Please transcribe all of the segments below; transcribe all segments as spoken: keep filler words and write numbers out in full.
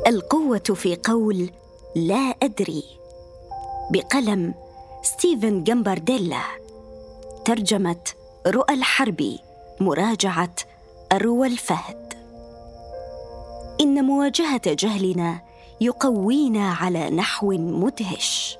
القوة في قول لا أدري، بقلم ستيفن جمبارديلا، ترجمة رؤى الحربي، مراجعة أروى الفهد. إن مواجهة جهلنا يقوينا على نحو مدهش.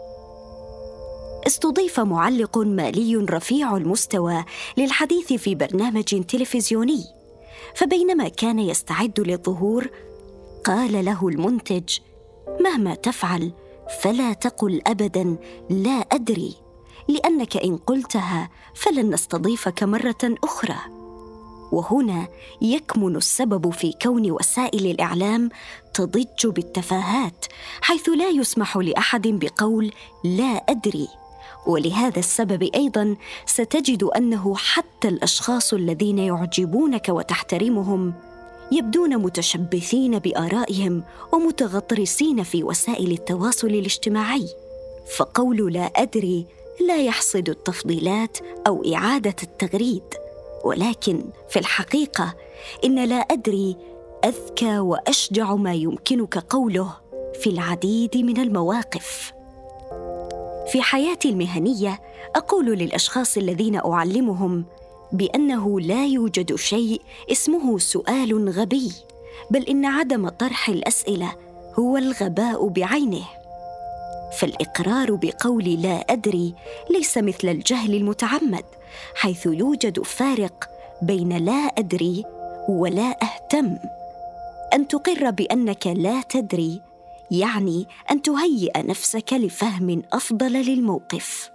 استضيف معلق مالي رفيع المستوى للحديث في برنامج تلفزيوني، فبينما كان يستعد للظهور قال له المنتج: مهما تفعل فلا تقل أبداً لا أدري، لأنك إن قلتها فلن نستضيفك مرة أخرى. وهنا يكمن السبب في كون وسائل الإعلام تضج بالتفاهات، حيث لا يسمح لأحد بقول لا أدري. ولهذا السبب أيضاً ستجد أنه حتى الأشخاص الذين يعجبونك وتحترمهم يبدون متشبثين بآرائهم ومتغطرسين في وسائل التواصل الاجتماعي. فقول لا أدري لا يحصد التفضيلات أو إعادة التغريد، ولكن في الحقيقة إن لا أدري أذكى وأشجع ما يمكنك قوله في العديد من المواقف. في حياتي المهنية أقول للأشخاص الذين أعلمهم بأنه لا يوجد شيء اسمه سؤال غبي، بل إن عدم طرح الأسئلة هو الغباء بعينه. فالإقرار بقول لا أدري ليس مثل الجهل المتعمد، حيث يوجد فارق بين لا أدري ولا أهتم. أن تقر بأنك لا تدري يعني أن تهيئ نفسك لفهم أفضل للموقف.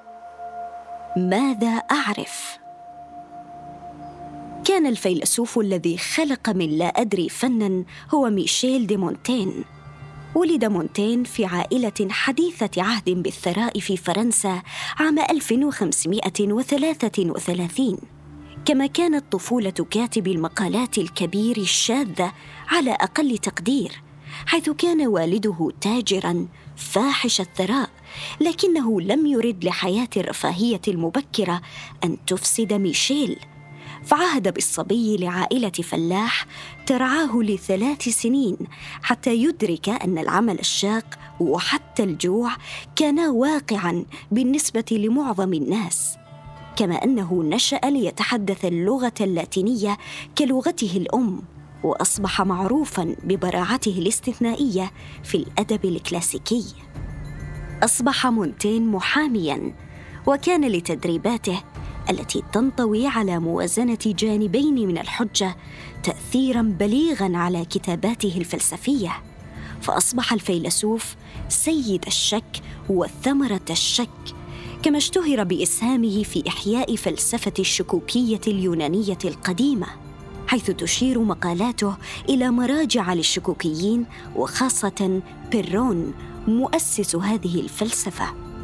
ماذا أعرف؟ كان الفيلسوف الذي خلق من لا أدري فناً هو ميشيل دي مونتين. ولد مونتين في عائلة حديثة عهد بالثراء في فرنسا عام ألف وخمسمائة وثلاثة وثلاثين. كما كانت طفولة كاتب المقالات الكبير الشاذة على أقل تقدير، حيث كان والده تاجراً فاحش الثراء، لكنه لم يرد لحياة الرفاهية المبكرة أن تفسد ميشيل، فعهد بالصبي لعائلة فلاح ترعاه لثلاث سنين حتى يدرك أن العمل الشاق وحتى الجوع كانا واقعاً بالنسبة لمعظم الناس. كما أنه نشأ ليتحدث اللغة اللاتينية كلغته الأم، وأصبح معروفاً ببراعته الاستثنائية في الأدب الكلاسيكي. أصبح مونتين محامياً، وكان لتدريباته التي تنطوي على موازنة جانبين من الحجة تأثيراً بليغاً على كتاباته الفلسفية، فأصبح الفيلسوف سيد الشك وثمرة الشك، كما اشتهر بإسهامه في إحياء فلسفة الشكوكية اليونانية القديمة، حيث تشير مقالاته إلى مراجع للشكوكيين، وخاصة بيرون مؤسس هذه الفلسفة.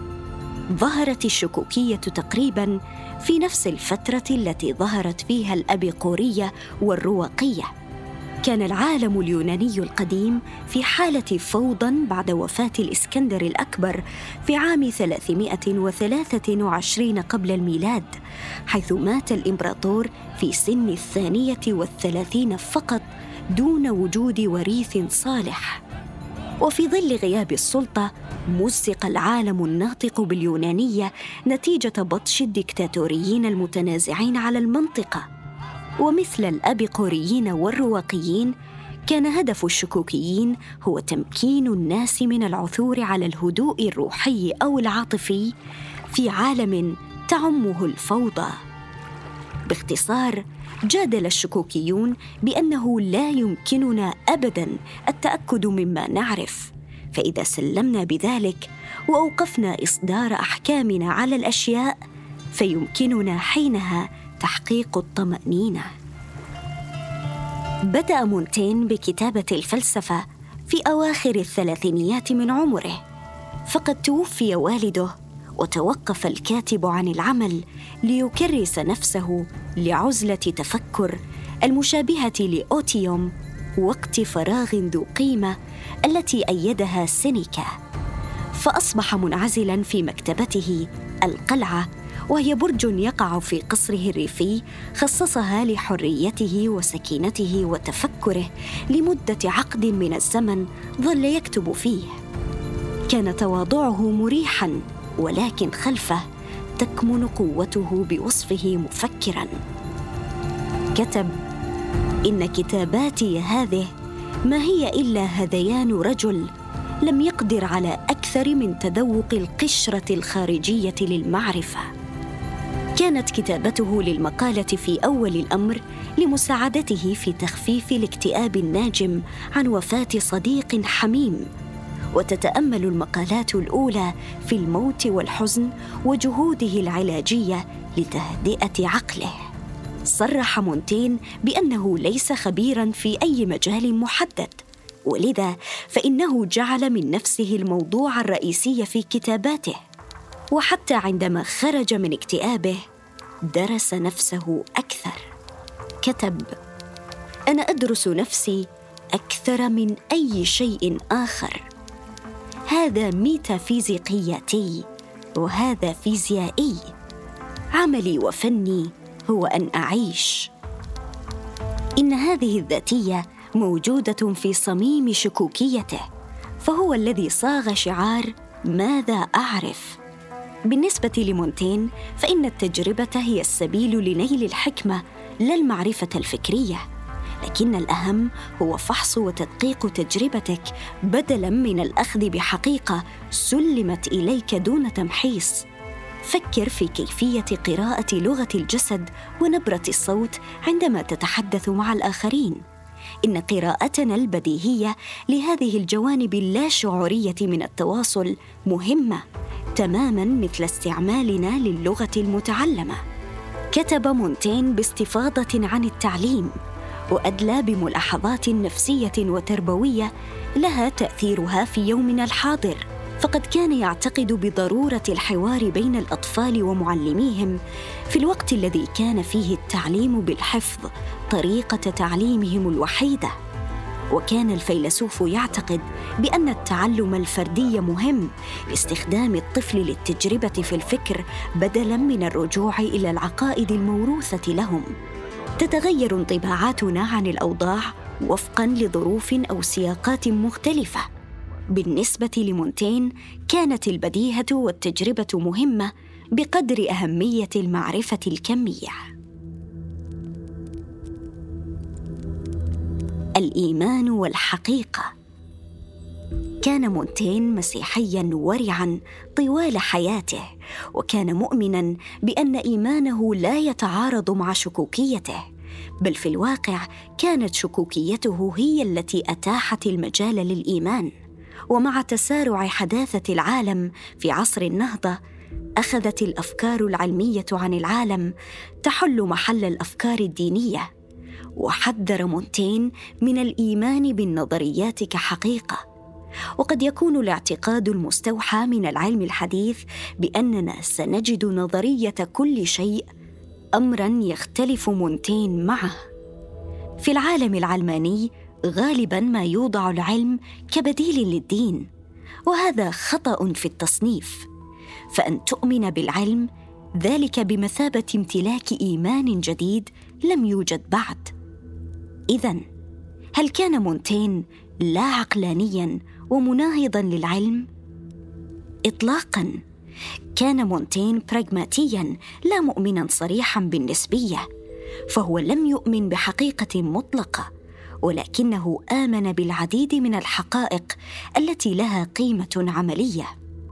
ظهرت الشكوكية تقريباً في نفس الفترة التي ظهرت فيها الأبيقورية والرواقية. كان العالم اليوناني القديم في حالة فوضى بعد وفاة الإسكندر الأكبر في عام ثلاثمائة وثلاثة وعشرين قبل الميلاد، حيث مات الإمبراطور في سن الثانية والثلاثين فقط دون وجود وريث صالح. وفي ظل غياب السلطة مزق العالم الناطق باليونانية نتيجة بطش الدكتاتوريين المتنازعين على المنطقة. ومثل الأبيقوريين والرواقيين كان هدف الشكوكيين هو تمكين الناس من العثور على الهدوء الروحي أو العاطفي في عالم تعمه الفوضى. باختصار، جادل الشكوكيون بأنه لا يمكننا أبداً التأكد مما نعرف، فإذا سلمنا بذلك وأوقفنا إصدار أحكامنا على الأشياء فيمكننا حينها تحقيق الطمأنينة. بدأ مونتين بكتابة الفلسفة في أواخر الثلاثينيات من عمره، فقد توفي والده وتوقف الكاتب عن العمل ليكرس نفسه لعزلة تفكر المشابهة لأوتيوم وقت فراغ ذو قيمة التي أيدها سينيكا، فأصبح منعزلاً في مكتبته القلعة وهي برج يقع في قصره الريفي خصصها لحريته وسكينته وتفكره لمدة عقد من الزمن ظل يكتب فيه. كان تواضعه مريحاً، ولكن خلفه تكمن قوته بوصفه مفكراً. كتب: إن كتاباتي هذه ما هي إلا هذيان رجل لم يقدر على أكثر من تذوق القشرة الخارجية للمعرفة. كانت كتابته للمقالة في أول الأمر لمساعدته في تخفيف الاكتئاب الناجم عن وفاة صديق حميم، وتتأمل المقالات الأولى في الموت والحزن وجهوده العلاجية لتهدئة عقله. صرح مونتين بأنه ليس خبيراً في أي مجال محدد، ولذا فإنه جعل من نفسه الموضوع الرئيسي في كتاباته. وحتى عندما خرج من اكتئابه درس نفسه أكثر. كتب: أنا أدرس نفسي أكثر من أي شيء آخر. هذا ميتافيزيقياتي وهذا فيزيائي. عملي وفني هو أن أعيش. إن هذه الذاتية موجودة في صميم شكوكيته، فهو الذي صاغ شعار ماذا أعرف. بالنسبة لمونتين فإن التجربة هي السبيل لنيل الحكمة لا المعرفة الفكرية، لكن الأهم هو فحص وتدقيق تجربتك بدلاً من الأخذ بحقيقة سلمت إليك دون تمحيص. فكر في كيفية قراءة لغة الجسد ونبرة الصوت عندما تتحدث مع الآخرين. إن قراءتنا البديهية لهذه الجوانب اللاشعورية من التواصل مهمة تماماً مثل استعمالنا للغة المتعلمة. كتب مونتين باستفاضة عن التعليم، وأدلى بملاحظات نفسية وتربوية لها تأثيرها في يومنا الحاضر. فقد كان يعتقد بضرورة الحوار بين الأطفال ومعلميهم في الوقت الذي كان فيه التعليم بالحفظ طريقة تعليمهم الوحيدة. وكان الفيلسوف يعتقد بأن التعلم الفردي مهم لاستخدام الطفل للتجربة في الفكر بدلاً من الرجوع إلى العقائد الموروثة لهم. تتغير انطباعاتنا عن الأوضاع وفقاً لظروف أو سياقات مختلفة. بالنسبة لمونتين كانت البديهة والتجربة مهمة بقدر أهمية المعرفة الكمية. الإيمان والحقيقة. كان مونتين مسيحياً ورعاً طوال حياته، وكان مؤمناً بأن إيمانه لا يتعارض مع شكوكيته، بل في الواقع كانت شكوكيته هي التي أتاحت المجال للإيمان. ومع تسارع حداثة العالم في عصر النهضة أخذت الأفكار العلمية عن العالم تحل محل الأفكار الدينية. وحذر مونتين من الإيمان بالنظريات كحقيقة. وقد يكون الاعتقاد المستوحى من العلم الحديث بأننا سنجد نظرية كل شيء أمراً يختلف مونتين معه. في العالم العلماني غالباً ما يوضع العلم كبديل للدين، وهذا خطأ في التصنيف. فأن تؤمن بالعلم ذلك بمثابة امتلاك إيمان جديد لم يوجد بعد. إذن هل كان مونتين لا عقلانياً ومناهضاً للعلم؟ إطلاقاً. كان مونتين براغماتياً لا مؤمناً صريحاً بالنسبية، فهو لم يؤمن بحقيقة مطلقة، ولكنه آمن بالعديد من الحقائق التي لها قيمة عملية.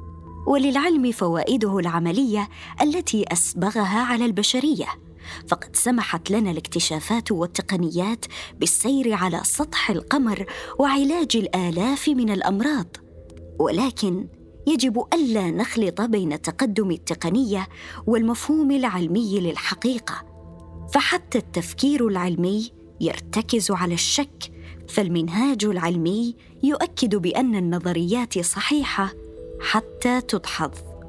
وللعلم فوائده العملية التي أسبغها على البشرية، فقد سمحت لنا الاكتشافات والتقنيات بالسير على سطح القمر وعلاج الآلاف من الأمراض. ولكن يجب ألا نخلط بين تقدم التقنية والمفهوم العلمي للحقيقة، فحتى التفكير العلمي يرتكز على الشك، فالمنهاج العلمي يؤكد بأن النظريات صحيحة حتى تدحض.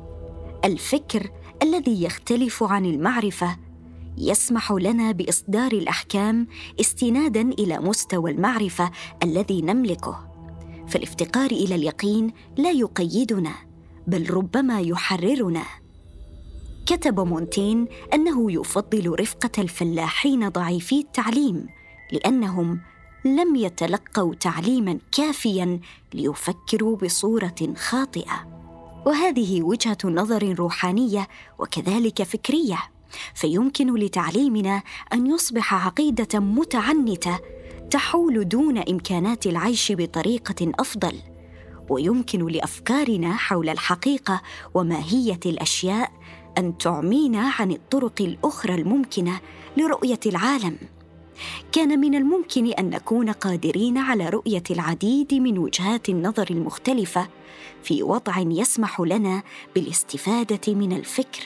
الفكر الذي يختلف عن المعرفة يسمح لنا بإصدار الأحكام استناداً إلى مستوى المعرفة الذي نملكه، فالافتقار إلى اليقين لا يقيدنا بل ربما يحررنا. كتب مونتين أنه يفضل رفقة الفلاحين ضعيفي التعليم لأنهم لم يتلقوا تعليماً كافياً ليفكروا بصورة خاطئة. وهذه وجهة نظر روحانية وكذلك فكرية، فيمكن لتعليمنا أن يصبح عقيدة متعنتة تحول دون إمكانات العيش بطريقة أفضل، ويمكن لأفكارنا حول الحقيقة وماهية الأشياء أن تعمينا عن الطرق الأخرى الممكنة لرؤية العالم. كان من الممكن أن نكون قادرين على رؤية العديد من وجهات النظر المختلفة في وضع يسمح لنا بالاستفادة من الفكر.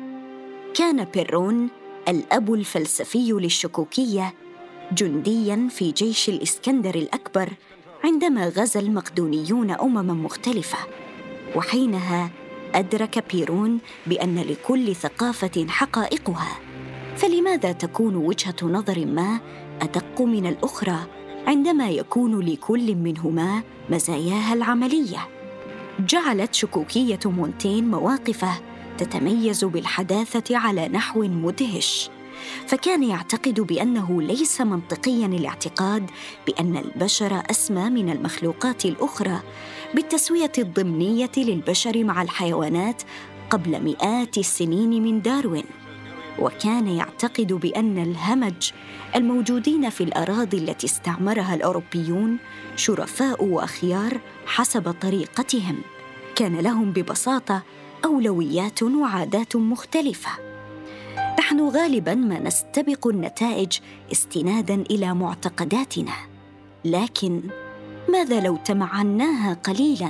كان بيرون الأب الفلسفي للشكوكية جندياً في جيش الإسكندر الأكبر عندما غزا المقدونيون أمماً مختلفة، وحينها أدرك بيرون بأن لكل ثقافة حقائقها، فلماذا تكون وجهة نظر ما أدق من الأخرى عندما يكون لكل منهما مزاياها العملية؟ جعلت شكوكية مونتين مواقفه تتميز بالحداثة على نحو مدهش، فكان يعتقد بأنه ليس منطقياً الاعتقاد بأن البشر أسمى من المخلوقات الأخرى بالتسوية الضمنية للبشر مع الحيوانات قبل مئات السنين من داروين. وكان يعتقد بأن الهمج الموجودين في الأراضي التي استعمرها الأوروبيون شرفاء وأخيار حسب طريقتهم، كان لهم ببساطة أولويات وعادات مختلفة. نحن غالباً ما نستبق النتائج استناداً إلى معتقداتنا، لكن ماذا لو تمعناها قليلاً؟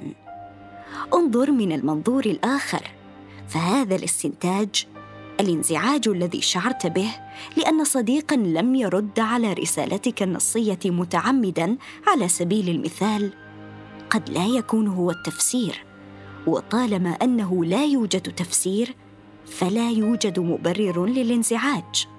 انظر من المنظور الآخر، فهذا الاستنتاج، الانزعاج الذي شعرت به لأن صديقاً لم يرد على رسالتك النصية متعمداً على سبيل المثال، قد لا يكون هو التفسير. وطالما أنه لا يوجد تفسير فلا يوجد مبرر للانزعاج.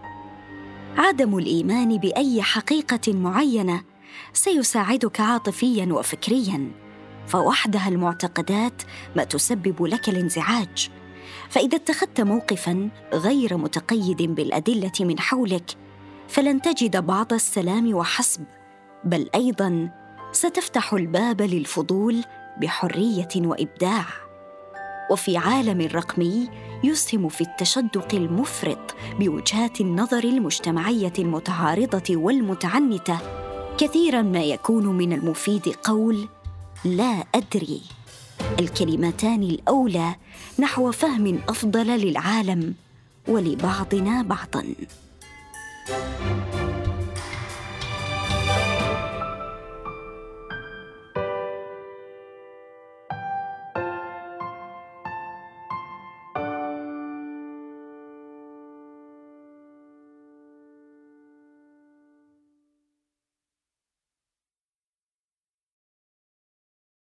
عدم الإيمان بأي حقيقة معينة سيساعدك عاطفياً وفكرياً، فوحدها المعتقدات ما تسبب لك الانزعاج. فإذا اتخذت موقفاً غير متقيد بالأدلة من حولك فلن تجد بعض السلام وحسب، بل أيضاً ستفتح الباب للفضول بحرية وإبداع. وفي عالم رقمي يسهم في التشدق المفرط بوجهات النظر المجتمعية المتعارضة والمتعنتة، كثيراً ما يكون من المفيد قول لا أدري، الكلمتان الأولى نحو فهم أفضل للعالم ولبعضنا بعضاً.